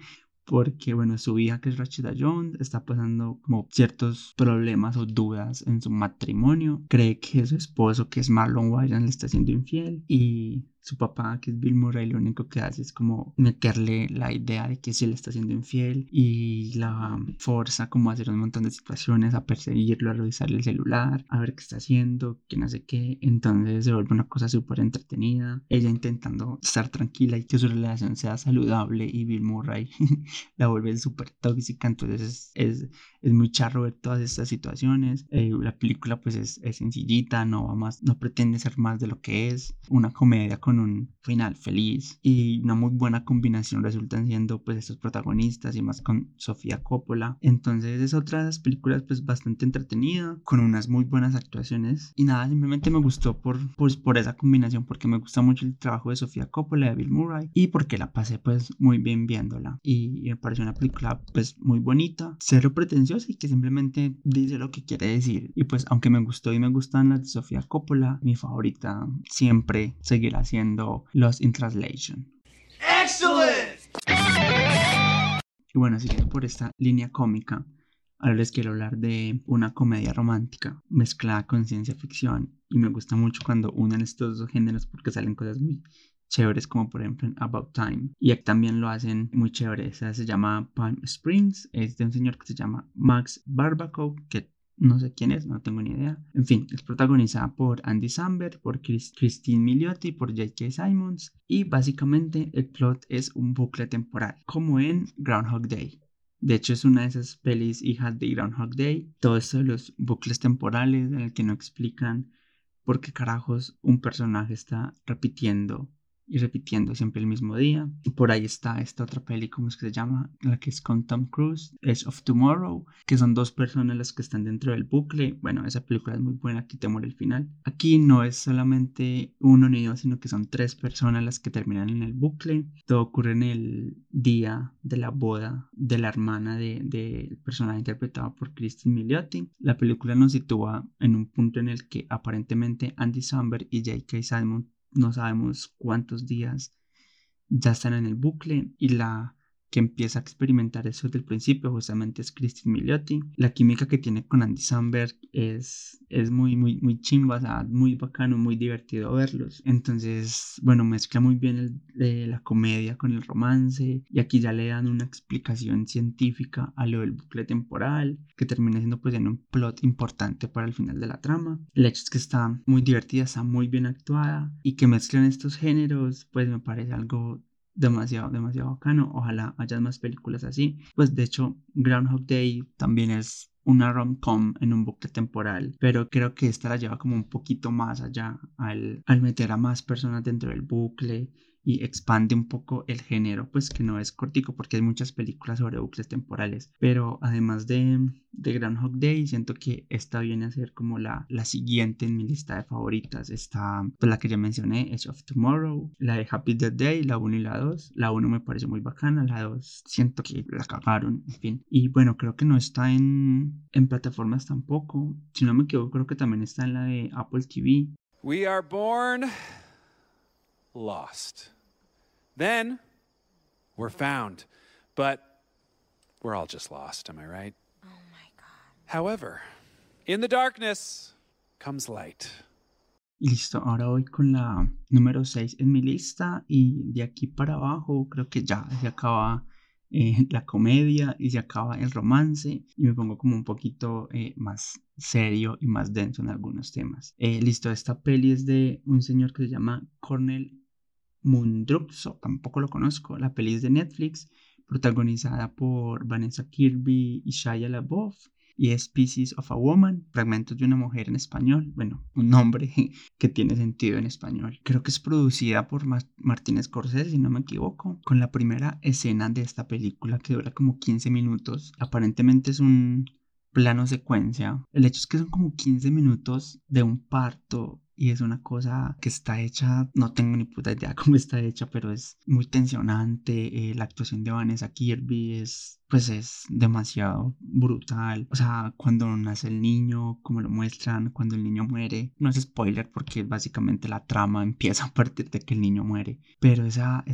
Porque, bueno, su hija, que es Rashida Jones, está pasando como ciertos problemas o dudas en su matrimonio. Cree que su esposo, que es Marlon Wayans, le está siendo infiel, y su papá, que es Bill Murray, lo único que hace es como meterle la idea de que sí le está siendo infiel, y la forza como a hacer un montón de situaciones, a perseguirlo, a revisarle el celular, a ver qué está haciendo, que no sé qué. Entonces se vuelve una cosa súper entretenida, ella intentando estar tranquila y que su relación sea saludable, y Bill Murray la vuelve súper tóxica. Entonces es muy charro ver todas estas situaciones. La película pues es sencillita, no pretende ser más de lo que es una comedia con un final feliz, y una muy buena combinación resultan siendo pues estos protagonistas, y más con Sofía Coppola. Entonces es otra de las películas pues bastante entretenida, con unas muy buenas actuaciones, y nada, simplemente me gustó por esa combinación, porque me gusta mucho el trabajo de Sofía Coppola, de Bill Murray, y porque la pasé pues muy bien viéndola, y me pareció una película pues muy bonita, cero pretenciosa, y que simplemente dice lo que quiere decir. Y pues aunque me gustó y me gustan las de Sofía Coppola, mi favorita siempre seguirá siendo Lost in Translation. Excellent. Y bueno, siguiendo por esta línea cómica, ahora les quiero hablar de una comedia romántica mezclada con ciencia ficción, y me gusta mucho cuando unen estos dos géneros porque salen cosas muy chéveres, como por ejemplo en About Time, y aquí también lo hacen muy chévere. Esa se llama Palm Springs, es de un señor que se llama Max Barbakow, que no sé quién es, no tengo ni idea. En fin, es protagonizada por Andy Samberg, por Christine Milioti, por J.K. Simmons, y básicamente el plot es un bucle temporal, como en Groundhog Day. De hecho, es una de esas pelis hijas de Groundhog Day. Todo esto de los bucles temporales en el que no explican por qué carajos un personaje está repitiendo y repitiendo siempre el mismo día. Por ahí está esta otra peli, ¿cómo es que se llama? La que es con Tom Cruise, Edge of Tomorrow, que son dos personas las que están dentro del bucle. Bueno, esa película es muy buena, aquí te muere el final. Aquí no es solamente uno ni dos, sino que son tres personas las que terminan en el bucle. Todo ocurre en el día de la boda de la hermana del personaje interpretado por Kristen Milioti. La película nos sitúa en un punto en el que aparentemente Andy Samberg y J.K. Simmons no sabemos cuántos días ya están en el bucle, y la que empieza a experimentar eso desde el principio justamente es Kristen Milioti. La química que tiene con Andy Samberg es muy chimba, o sea, muy bacano, muy divertido verlos. Entonces, bueno, mezcla muy bien la comedia con el romance, y aquí ya le dan una explicación científica a lo del bucle temporal, que termina siendo pues en un plot importante para el final de la trama. El hecho es que está muy divertida, está muy bien actuada, y que mezclen estos géneros pues me parece algo demasiado bacano. Ojalá haya más películas así. Pues de hecho Groundhog Day también es una rom-com en un bucle temporal, pero creo que esta la lleva como un poquito más allá al meter a más personas dentro del bucle y expande un poco el género, pues que no es cortico porque hay muchas películas sobre bucles temporales, pero además de Groundhog Day, siento que esta viene a ser como la siguiente en mi lista de favoritas. Está pues, la que ya mencioné, Edge of Tomorrow, la de Happy Death Day, la 1 y la 2. La 1 me parece muy bacana, la 2 siento que la cagaron, en fin. Y bueno, creo que no está en plataformas tampoco, si no me equivoco creo que también está en la de Apple TV. We are born lost. Then we're found. But we're all just lost, am I right? Oh my God. However, in the darkness comes light. Listo, ahora voy con la número 6 en mi lista, y de aquí para abajo creo que ya se acaba la comedia y se acaba el romance, y me pongo como un poquito más serio y más denso en algunos temas. Listo, esta peli es de un señor que se llama Cornel Mundruczó, tampoco lo conozco. La peli es de Netflix, protagonizada por Vanessa Kirby y Shia LaBeouf, y es Pieces of a Woman, fragmentos de una mujer en español. Bueno, un nombre que tiene sentido en español. Creo que es producida por Martin Scorsese, si no me equivoco, con la primera escena de esta película que dura como 15 minutos. Aparentemente es un plano secuencia. El hecho es que son como 15 minutos de un parto, y es una cosa que está hecha, no tengo ni puta idea cómo está hecha, pero es muy tensionante. La actuación de Vanessa Kirby es demasiado brutal. O sea, cuando nace el niño, como lo muestran, cuando el niño muere, no es spoiler porque básicamente la trama empieza a partir de que el niño muere, pero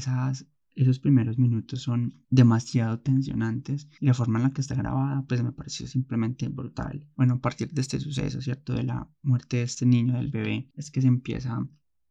esos primeros minutos son demasiado tensionantes, y la forma en la que está grabada pues me pareció simplemente brutal. Bueno, a partir de este suceso, ¿cierto? De la muerte de este niño, del bebé, es que se empieza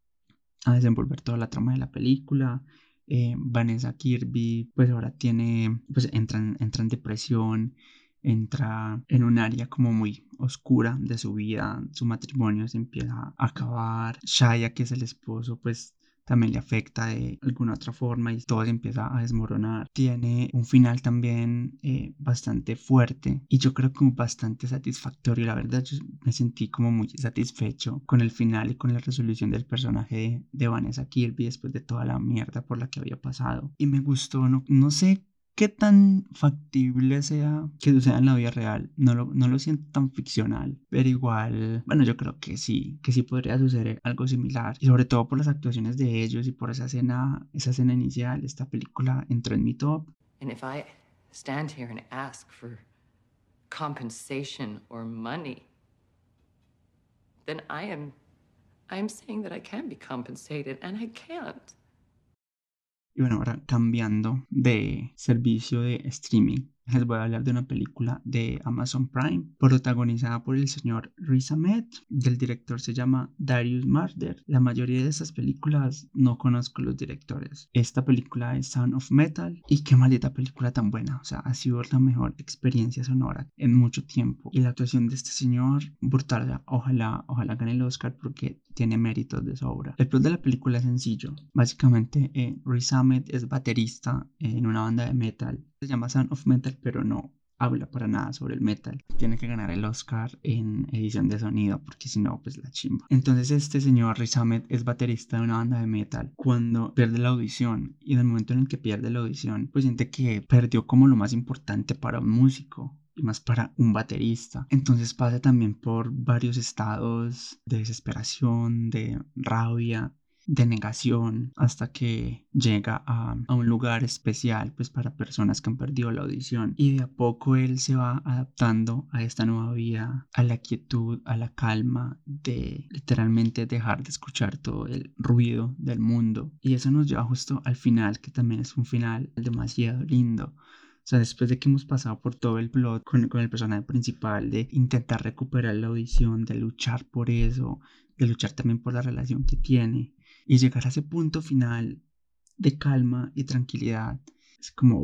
a desenvolver toda la trama de la película. Vanessa Kirby pues ahora entra en depresión, entra en un área como muy oscura de su vida, su matrimonio se empieza a acabar. Shia, que es el esposo, pues también le afecta de alguna otra forma, y todo se empieza a desmoronar. Tiene un final también bastante fuerte, y yo creo que bastante satisfactorio. La verdad, yo me sentí como muy satisfecho con el final y con la resolución del personaje de Vanessa Kirby después de toda la mierda por la que había pasado. Y me gustó, no sé qué tan factible sea que suceda en la vida real. No lo siento tan ficcional, pero igual, bueno, yo creo que sí podría suceder algo similar, y sobre todo por las actuaciones de ellos y por esa escena inicial. Esta película entró en mi top. And if I stand here and ask for compensation or money, then I am saying that I can be compensated, and I can't. Y bueno, ahora cambiando de servicio de streaming, les voy a hablar de una película de Amazon Prime protagonizada por el señor Riz Ahmed. Del director se llama Darius Marder. La mayoría de estas películas no conozco los directores. Esta película es Sound of Metal, y qué maldita película tan buena. O sea, ha sido la mejor experiencia sonora en mucho tiempo, y la actuación de este señor brutal. Ojalá gane el Oscar porque tiene méritos de sobra. El plot de la película es sencillo. Básicamente Riz Ahmed es baterista en una banda de metal. Se llama Sound of Metal, pero no habla para nada sobre el metal. Tiene que ganar el Oscar en edición de sonido porque si no, pues la chimba. Entonces este señor Riz Ahmed es baterista de una banda de metal. Cuando pierde la audición y en el momento en el que pierde la audición, pues siente que perdió como lo más importante para un músico y más para un baterista. Entonces pasa también por varios estados de desesperación, de rabia, de negación, hasta que llega a un lugar especial pues para personas que han perdido la audición, y de a poco él se va adaptando a esta nueva vida, a la quietud, a la calma de literalmente dejar de escuchar todo el ruido del mundo. Y eso nos lleva justo al final, que también es un final demasiado lindo. O sea, después de que hemos pasado por todo el plot con el personaje principal, de intentar recuperar la audición, de luchar por eso, de luchar también por la relación que tiene, y llegar a ese punto final de calma y tranquilidad, es como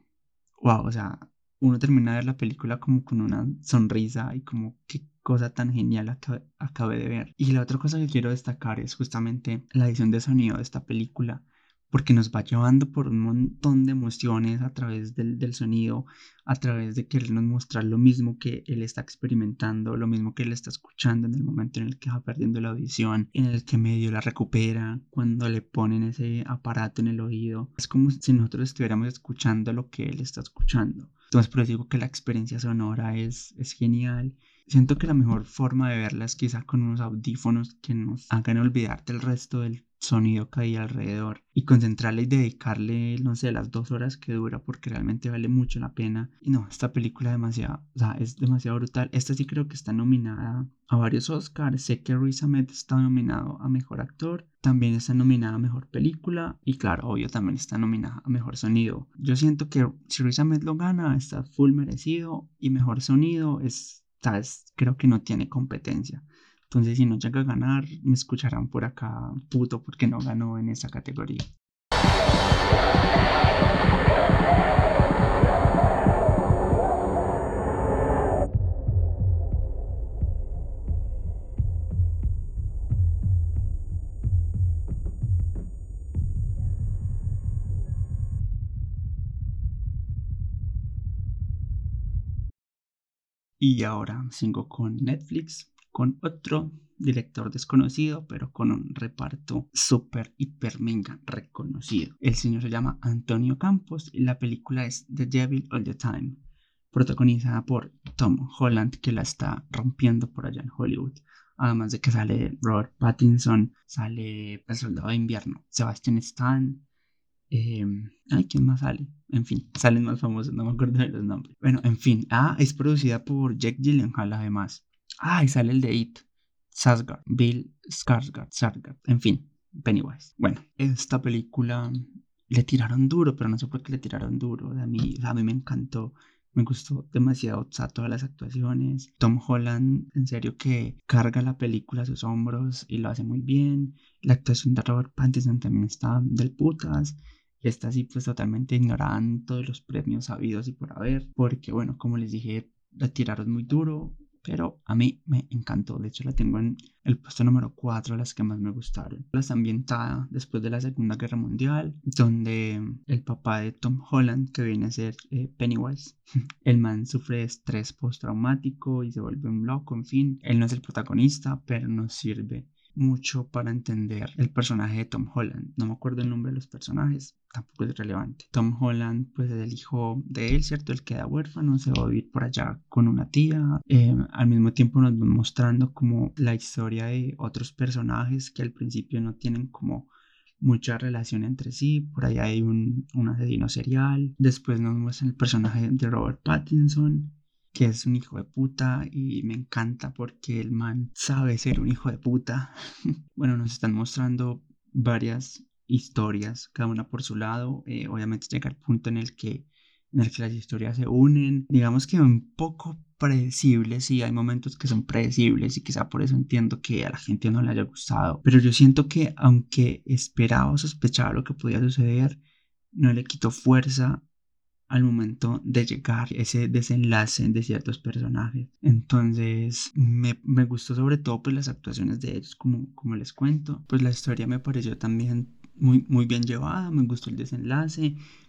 wow, o sea, uno termina de ver la película como con una sonrisa y como qué cosa tan genial acabé de ver. Y la otra cosa que quiero destacar es justamente la edición de sonido de esta película, porque nos va llevando por un montón de emociones a través del sonido, a través de querernos mostrar lo mismo que él está experimentando, lo mismo que él está escuchando en el momento en el que va perdiendo la audición, en el que medio la recupera, cuando le ponen ese aparato en el oído. Es como si nosotros estuviéramos escuchando lo que él está escuchando. Entonces por eso digo que la experiencia sonora es genial. Siento que la mejor forma de verla es quizá con unos audífonos que nos hagan olvidar del resto del sonido que hay alrededor y concentrarle y dedicarle, no sé, las 2 horas que dura, porque realmente vale mucho la pena. Y no, esta película es demasiado brutal. Esta sí creo que está nominada a varios Oscars. Sé que Riz Ahmed está nominado a Mejor Actor, también está nominada a Mejor Película y claro, obvio también está nominada a Mejor Sonido. Yo siento que si Riz Ahmed lo gana está full merecido, y Mejor Sonido creo que no tiene competencia. Entonces, si no llega a ganar, me escucharán por acá puto porque no ganó en esa categoría. Y ahora sigo con Netflix, con otro director desconocido, pero con un reparto súper, hiper, mega reconocido. El señor se llama Antonio Campos y la película es The Devil All the Time, protagonizada por Tom Holland, que la está rompiendo por allá en Hollywood. Además de que sale Robert Pattinson, sale El Soldado de Invierno, Sebastian Stan. ¿Quién más sale? En fin, salen más famosos, no me acuerdo de los nombres. Bueno, en fin, es producida por Jake Gyllenhaal además. Y sale el de It, Bill Skarsgård, en fin, Pennywise. Bueno, esta película le tiraron duro, pero no sé por qué le tiraron duro. A mí me encantó. Me gustó demasiado, o sea, todas las actuaciones. Tom Holland, en serio que carga la película a sus hombros y lo hace muy bien. La actuación de Robert Pattinson también está del putas. Y está así pues totalmente ignorando todos los premios habidos y por haber. Porque bueno, como les dije, la tiraron muy duro, pero a mí me encantó. De hecho la tengo en el puesto número 4 de las que más me gustaron. Está ambientada después de la Segunda Guerra Mundial, donde el papá de Tom Holland, que viene a ser Pennywise, el man sufre de estrés postraumático y se vuelve un loco. En fin, él no es el protagonista, pero nos sirve mucho para entender el personaje de Tom Holland. No me acuerdo el nombre de los personajes, tampoco es relevante. Tom Holland pues es el hijo de él, ¿cierto? Él queda huérfano, se va a vivir por allá con una tía. Al mismo tiempo nos van mostrando como la historia de otros personajes que al principio no tienen como mucha relación entre sí. Por ahí hay un asesino serial. Después nos muestran el personaje de Robert Pattinson, que es un hijo de puta, y me encanta porque el man sabe ser un hijo de puta. Bueno, nos están mostrando varias historias, cada una por su lado. Obviamente llega el punto en el que las historias se unen. Digamos que un poco predecibles, sí, hay momentos que son predecibles y quizá por eso entiendo que a la gente no le haya gustado. Pero yo siento que aunque esperaba o sospechaba lo que podía suceder, no le quitó fuerza al momento de llegar ese desenlace de ciertos personajes. Entonces me gustó sobre todo pues las actuaciones de ellos, como les cuento. Pues la historia me pareció también muy, muy bien llevada, me gustó el desenlace,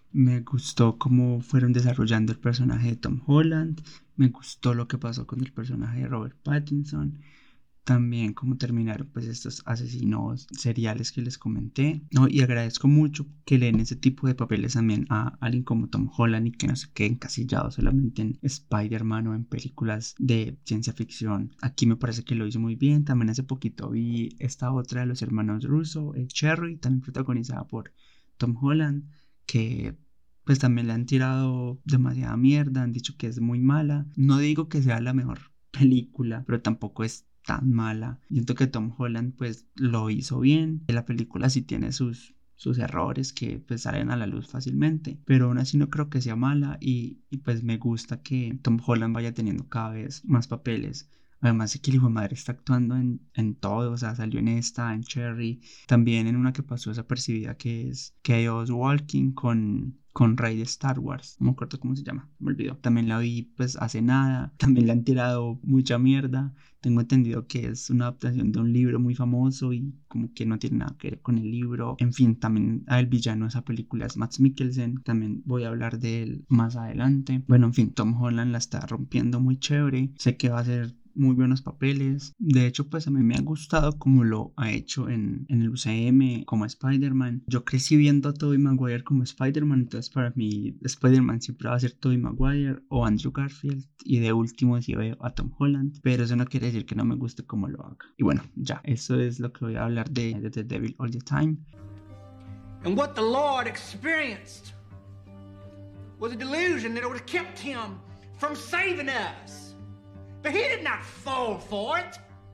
Me gustó cómo fueron desarrollando el personaje de Tom Holland. Me gustó lo que pasó con el personaje de Robert Pattinson. También cómo terminaron pues estos asesinos seriales que les comenté, ¿no? Y agradezco mucho que leen ese tipo de papeles también a alguien como Tom Holland y que no se quede encasillado solamente en Spider-Man o en películas de ciencia ficción. Aquí me parece que lo hizo muy bien. También hace poquito vi esta otra de los hermanos Russo, Cherry, también protagonizada por Tom Holland, que pues también le han tirado demasiada mierda, han dicho que es muy mala. No digo que sea la mejor película, pero tampoco es tan mala. Siento que Tom Holland pues lo hizo bien. La película sí tiene sus errores que pues salen a la luz fácilmente, pero aún así no creo que sea mala y pues me gusta que Tom Holland vaya teniendo cada vez más papeles. Además de que el hijo de madre está actuando en todo, o sea, salió en esta, en Cherry, también en una que pasó desapercibida que es Chaos Walking con Rey de Star Wars, no me acuerdo cómo se llama, me olvidó. También la vi pues hace nada, también le han tirado mucha mierda. Tengo entendido que es una adaptación de un libro muy famoso y como que no tiene nada que ver con el libro. En fin, también el villano de esa película es Mads Mikkelsen, también voy a hablar de él más adelante. Bueno, en fin, Tom Holland la está rompiendo muy chévere, sé que va a ser muy buenos papeles. De hecho, pues a mí me ha gustado como lo ha hecho en el UCM como Spider-Man. Yo crecí viendo a Tobey Maguire como Spider-Man, entonces para mí Spider-Man siempre va a ser Tobey Maguire o Andrew Garfield, y de último sí veo a Tom Holland, pero eso no quiere decir que no me guste como lo haga. Y bueno, ya, eso es lo que voy a hablar de The Devil All the Time. And what the Lord experienced was a delusion that would have kept him from saving us. But he did not fall for it.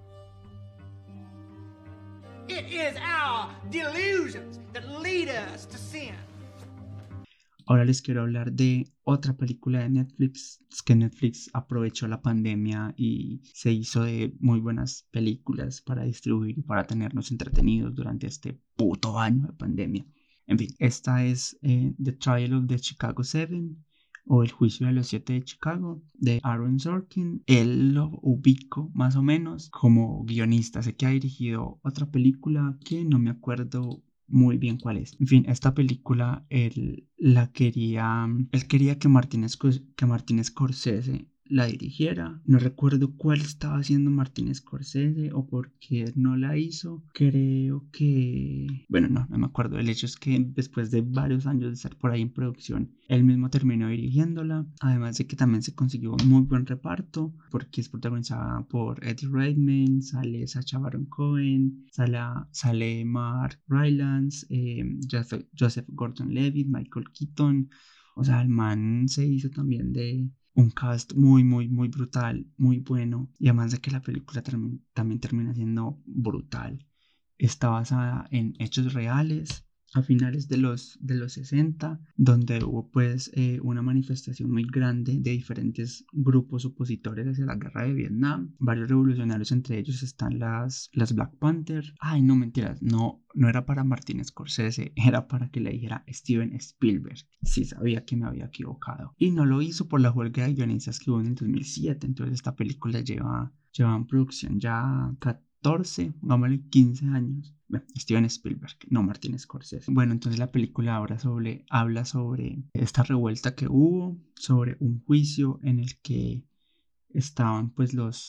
It is our delusions that lead us to sin. Ahora les quiero hablar de otra película de Netflix. Es que Netflix aprovechó la pandemia y se hizo de muy buenas películas para distribuir y para tenernos entretenidos durante este puto año de pandemia. En fin, esta es The Trial of the Chicago 7 o El Juicio de los 7 de Chicago, de Aaron Sorkin. Él lo ubico más o menos como guionista. Sé que ha dirigido otra película que no me acuerdo muy bien cuál es. En fin, esta película él quería que Martin Scorsese la dirigiera. No recuerdo cuál estaba haciendo Martin Scorsese o por qué no la hizo. Creo que... Bueno, no me acuerdo. El hecho es que después de varios años de estar por ahí en producción, él mismo terminó dirigiéndola. Además de que también se consiguió un muy buen reparto, porque es protagonizada por Eddie Redmayne, sale Sacha Baron Cohen, sale Mark Rylance, Joseph Gordon-Levitt, Michael Keaton. O sea, el man se hizo también de un cast muy, muy, muy brutal, muy bueno. Y además de que la película también termina siendo brutal. Está basada en hechos reales a finales de los 60, donde hubo pues una manifestación muy grande de diferentes grupos opositores hacia la guerra de Vietnam. Varios revolucionarios, entre ellos están las Black Panther. Ay, no, mentiras, no era para Martin Scorsese, era para que le dijera Steven Spielberg. Sí, sabía que me había equivocado. Y no lo hizo por la huelga de guionistas que hubo en el 2007. Entonces esta película lleva en producción ya 14, vámonos 15 años. Bueno, Steven Spielberg, no Martin Scorsese. Bueno, entonces la película habla sobre esta revuelta que hubo, sobre un juicio en el que estaban pues los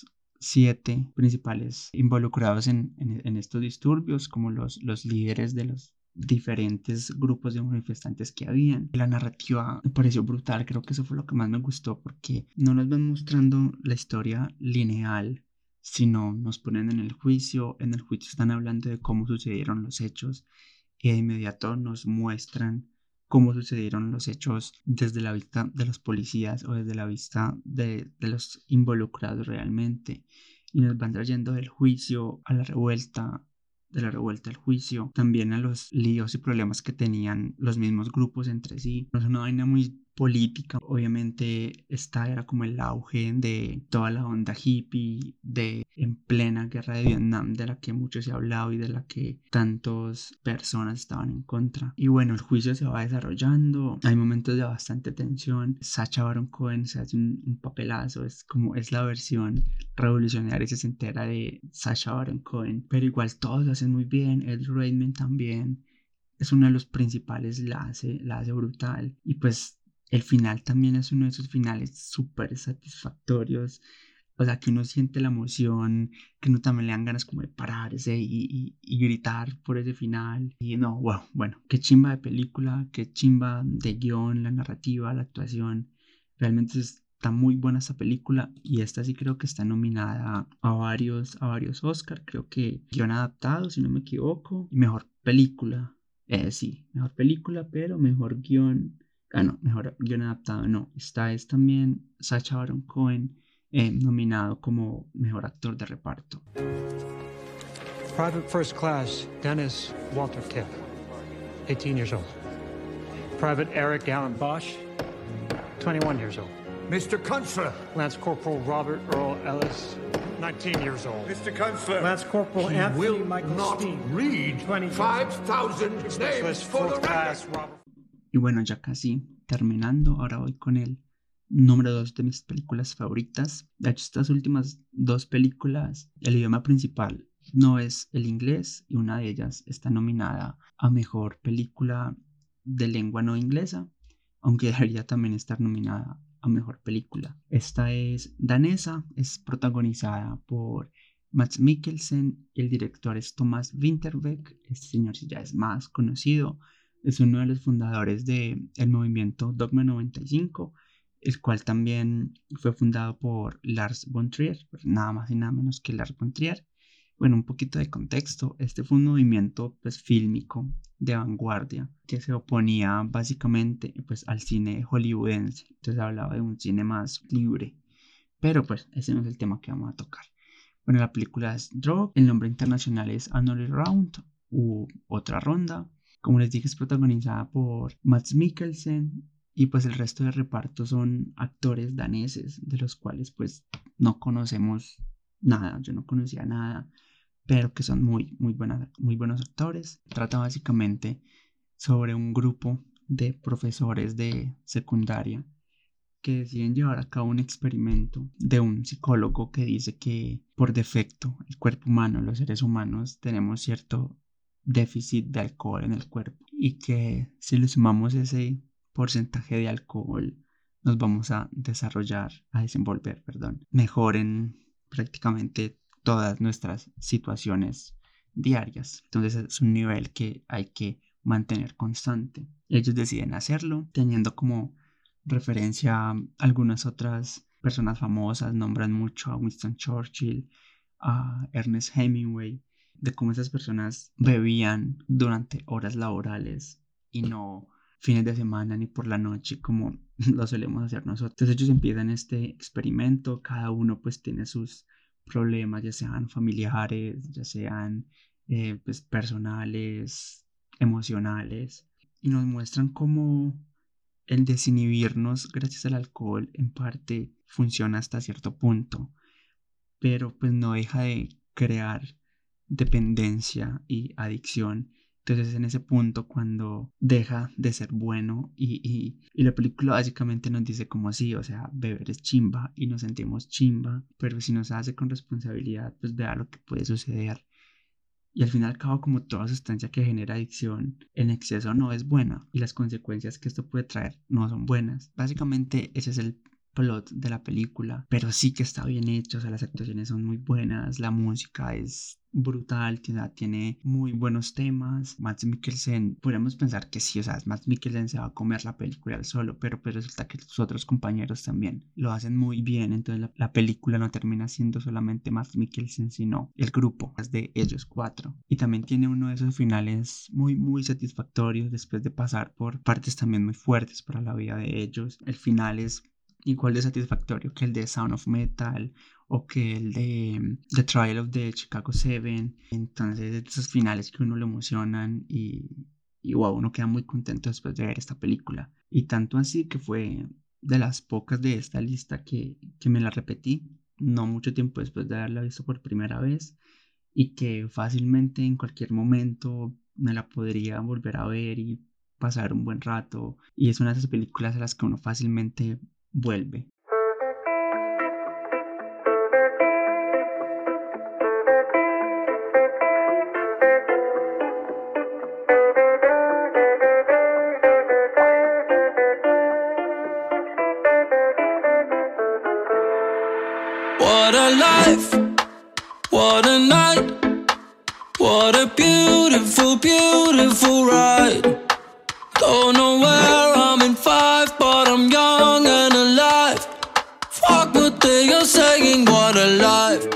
7 principales involucrados en estos disturbios, como los líderes de los diferentes grupos de manifestantes que habían. La narrativa me pareció brutal, creo que eso fue lo que más me gustó, porque no nos van mostrando la historia lineal, sino nos ponen en el juicio están hablando de cómo sucedieron los hechos y de inmediato nos muestran cómo sucedieron los hechos desde la vista de los policías o desde la vista de los involucrados realmente, y nos van trayendo del juicio a la revuelta, de la revuelta al juicio, también a los líos y problemas que tenían los mismos grupos entre sí. Es una vaina muy política. Obviamente esta era como el auge de toda la onda hippie de en plena guerra de Vietnam, de la que mucho se ha hablado y de la que tantas personas estaban en contra. Y bueno, el juicio se va desarrollando, hay momentos de bastante tensión. Sacha Baron Cohen se hace un papelazo, es la versión revolucionaria y sesentera de Sacha Baron Cohen, pero igual todos lo hacen muy bien. Ed Redmayne también es uno de los principales, la hace brutal. Y pues el final también es uno de esos finales súper satisfactorios. O sea, que uno siente la emoción, que uno también le dan ganas como de pararse y gritar por ese final. Y no, wow, bueno, qué chimba de película, qué chimba de guión, la narrativa, la actuación. Realmente está muy buena esta película y esta sí creo que está nominada a varios Oscar. Creo que guión adaptado, si no me equivoco, y mejor película. Sí, mejor película, pero mejor guión. Ah, no, mejor guión adaptado, no. Esta es también Sacha Baron Cohen nominado como mejor actor de reparto. Private First Class Dennis Walter Kipp, 18 years old. Private Eric Allen Bosch, 21 years old. Mr. Kunstler. Lance Corporal Robert Earl Ellis, 19 years old. Mr. Kunstler. Lance Corporal He Anthony will Michael not Steen, read 20 5,000 names Specialist for the Fourth record. Class Robert. Y bueno, ya casi terminando, ahora voy con el número 2 de mis películas favoritas. De hecho, estas últimas dos películas, el idioma principal no es el inglés y una de ellas está nominada a mejor película de lengua no inglesa, aunque debería también estar nominada a mejor película. Esta es danesa, es protagonizada por Mads Mikkelsen y el director es Thomas Vinterberg. Este señor sí ya es más conocido, es uno de los fundadores del movimiento Dogma 95, el cual también fue fundado por Lars von Trier, nada más y nada menos que Lars von Trier. Bueno, un poquito de contexto, este fue un movimiento pues fílmico de vanguardia que se oponía básicamente pues al cine hollywoodense, entonces hablaba de un cine más libre, pero pues ese no es el tema que vamos a tocar. Bueno, la película es Drog, el nombre internacional es Another Round u Otra Ronda. Como les dije, es protagonizada por Mads Mikkelsen y pues el resto de reparto son actores daneses, de los cuales pues no conocemos nada, yo no conocía nada, pero que son muy buenos actores. Trata básicamente sobre un grupo de profesores de secundaria que deciden llevar a cabo un experimento de un psicólogo que dice que por defecto el cuerpo humano, los seres humanos, tenemos cierto déficit de alcohol en el cuerpo y que si le sumamos ese porcentaje de alcohol nos vamos a desenvolver mejor en prácticamente todas nuestras situaciones diarias. Entonces es un nivel que hay que mantener constante. Ellos deciden hacerlo teniendo como referencia a algunas otras personas famosas, nombran mucho a Winston Churchill, a Ernest Hemingway, de cómo esas personas bebían durante horas laborales y no fines de semana ni por la noche como lo solemos hacer nosotros. Entonces ellos empiezan este experimento, cada uno pues tiene sus problemas, ya sean familiares, ya sean pues personales, emocionales, y nos muestran cómo el desinhibirnos gracias al alcohol en parte funciona hasta cierto punto, pero pues no deja de crear dependencia y adicción. Entonces es en ese punto cuando deja de ser bueno y la película básicamente nos dice como sí, o sea, beber es chimba y nos sentimos chimba, pero si nos hace con responsabilidad, pues vea lo que puede suceder. Y al fin y al cabo, como toda sustancia que genera adicción, en exceso no es buena y las consecuencias que esto puede traer no son buenas. Básicamente ese es el plot de la película, pero sí que está bien hecho, o sea, las actuaciones son muy buenas, la música es brutal, tiene muy buenos temas. Mads Mikkelsen, podríamos pensar que sí, o sea, Mads Mikkelsen se va a comer la película al solo, pero pues resulta que sus otros compañeros también lo hacen muy bien, entonces la película no termina siendo solamente Mads Mikkelsen, sino el grupo de ellos cuatro. Y también tiene uno de esos finales muy satisfactorios después de pasar por partes también muy fuertes para la vida de ellos. El final es igual de satisfactorio que el de Sound of Metal o que el de The Trial of the Chicago 7. Entonces esos finales que uno le emocionan y wow, uno queda muy contento después de ver esta película. Y tanto así que fue de las pocas de esta lista que me la repetí no mucho tiempo después de haberla visto por primera vez y que fácilmente en cualquier momento me la podría volver a ver y pasar un buen rato. Y es una de esas películas a las que uno fácilmente vuelve. a life, what a night, what a beautiful, beautiful ride. Don't know where I'm in 5, but I'm young and alive. Fuck what they are saying, what a life.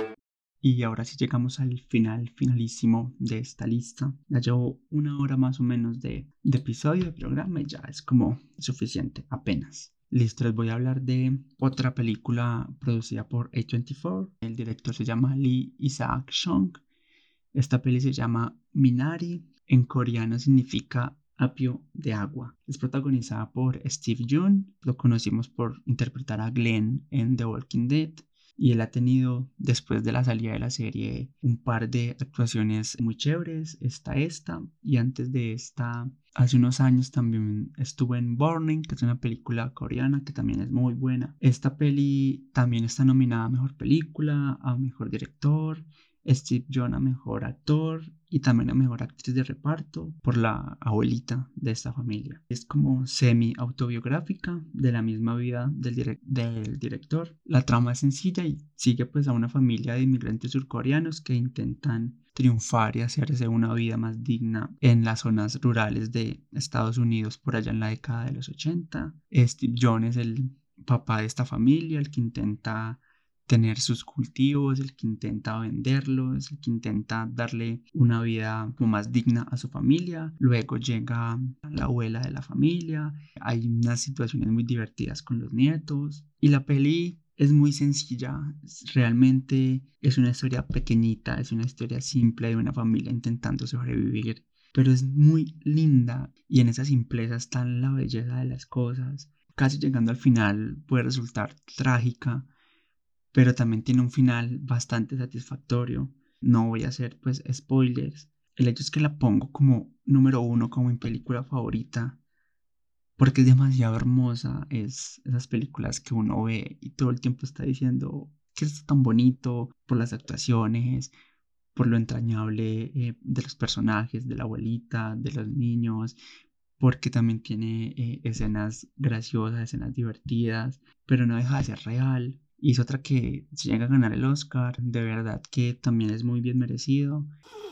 Y ahora sí llegamos al finalísimo de esta lista. Ya llevo 1 hora más o menos de episodio de programa y ya es como suficiente, apenas. Listo, les voy a hablar de otra película producida por A24. El director se llama Lee Isaac Chung. Esta peli se llama Minari. En coreano significa apio de agua. Es protagonizada por Steve Yeun. Lo conocimos por interpretar a Glenn en The Walking Dead. Y él ha tenido, después de la salida de la serie, un par de actuaciones muy chéveres. Esta. Y antes de esta, hace unos años también estuvo en Burning, que es una película coreana que también es muy buena. Esta peli también está nominada a Mejor Película, a Mejor Director, Steve Yeun a Mejor Actor y también a Mejor Actriz de Reparto por la abuelita de esta familia. Es como semi-autobiográfica de la misma vida del director. La trama es sencilla y sigue pues a una familia de inmigrantes surcoreanos que intentan triunfar y hacerse una vida más digna en las zonas rurales de Estados Unidos por allá en la década de los 80. Steve Yeun es el papá de esta familia, el que intenta tener sus cultivos, el que intenta venderlos, el que intenta darle una vida como más digna a su familia. Luego llega la abuela de la familia, hay unas situaciones muy divertidas con los nietos y la peli es muy sencilla, realmente es una historia pequeñita, es una historia simple de una familia intentando sobrevivir, pero es muy linda y en esa simpleza está la belleza de las cosas. Casi llegando al final puede resultar trágica, pero también tiene un final bastante satisfactorio. No voy a hacer pues spoilers. El hecho es que la pongo como número 1 como mi película favorita porque es demasiado hermosa. Es esas películas que uno ve y todo el tiempo está diciendo que es tan bonito por las actuaciones, por lo entrañable de los personajes, de la abuelita, de los niños, porque también tiene escenas graciosas, escenas divertidas, pero no deja de ser real. Y es otra que si llega a ganar el Oscar, de verdad que también es muy bien merecido.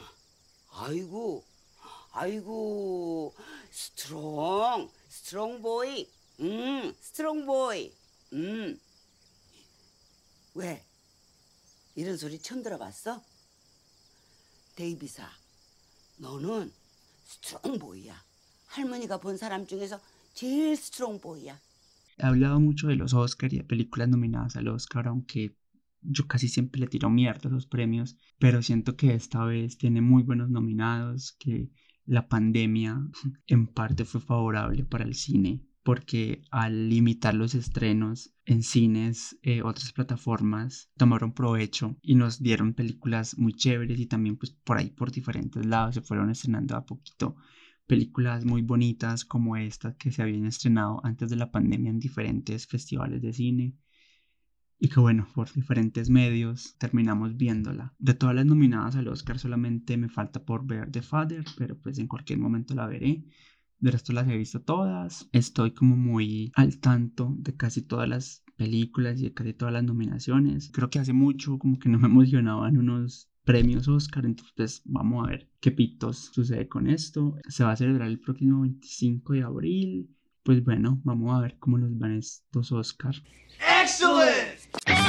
아이고, strong boy, strong boy. 왜? 이런 소리 처음 들어봤어? 데이비사, 너는 strong boy야. 할머니가 본 사람 중에서 제일 strong boy야. He hablado mucho de los Oscar y de películas nominadas al Oscar, aunque yo casi siempre le tiro mierda a los premios, pero siento que esta vez tiene muy buenos nominados, que la pandemia en parte fue favorable para el cine, porque al limitar los estrenos en cines, otras plataformas tomaron provecho y nos dieron películas muy chéveres y también pues por ahí por diferentes lados se fueron estrenando a poquito películas muy bonitas como esta que se habían estrenado antes de la pandemia en diferentes festivales de cine y que bueno, por diferentes medios terminamos viéndola. De todas las nominadas al Oscar solamente me falta por ver The Father, pero pues en cualquier momento la veré. De resto las he visto todas. Estoy como muy al tanto de casi todas las películas y de casi todas las nominaciones. Creo que hace mucho como que no me emocionaban unos premios Oscar, entonces pues, vamos a ver qué pitos sucede con esto. Se va a celebrar el próximo 25 de abril. Pues bueno, vamos a ver cómo nos van estos Oscar. Excellent.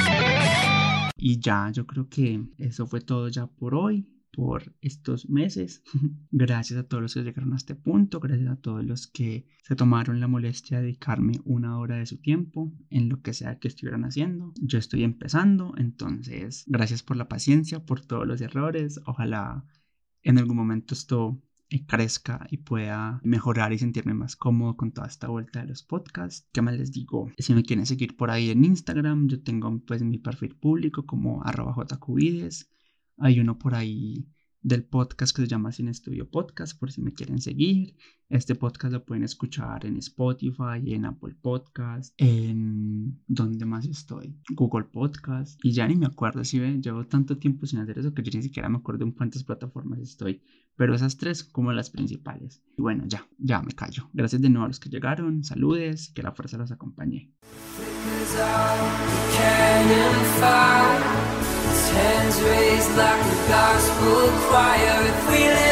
Y ya, yo creo que eso fue todo ya por hoy, por estos meses. Gracias a todos los que llegaron a este punto, gracias a todos los que se tomaron la molestia de dedicarme 1 hora de su tiempo en lo que sea que estuvieran haciendo. Yo estoy empezando, entonces gracias por la paciencia, por todos los errores. Ojalá en algún momento esto crezca y pueda mejorar y sentirme más cómodo con toda esta vuelta de los podcasts. ¿Qué más les digo? Si me quieren seguir por ahí en Instagram, yo tengo pues mi perfil público como @jcubides. Hay uno por ahí del podcast que se llama Sin Estudio Podcast, por si me quieren seguir. Este podcast lo pueden escuchar en Spotify, en Apple Podcast, en... ¿dónde más estoy? Google Podcast. Y ya ni me acuerdo, si ven, llevo tanto tiempo sin hacer eso que yo ni siquiera me acuerdo en cuántas plataformas estoy. Pero esas 3 como las principales. Y bueno, ya me callo. Gracias de nuevo a los que llegaron. Saludes y que la fuerza los acompañe. Canyon fire, its hands raised like a gospel choir. If we live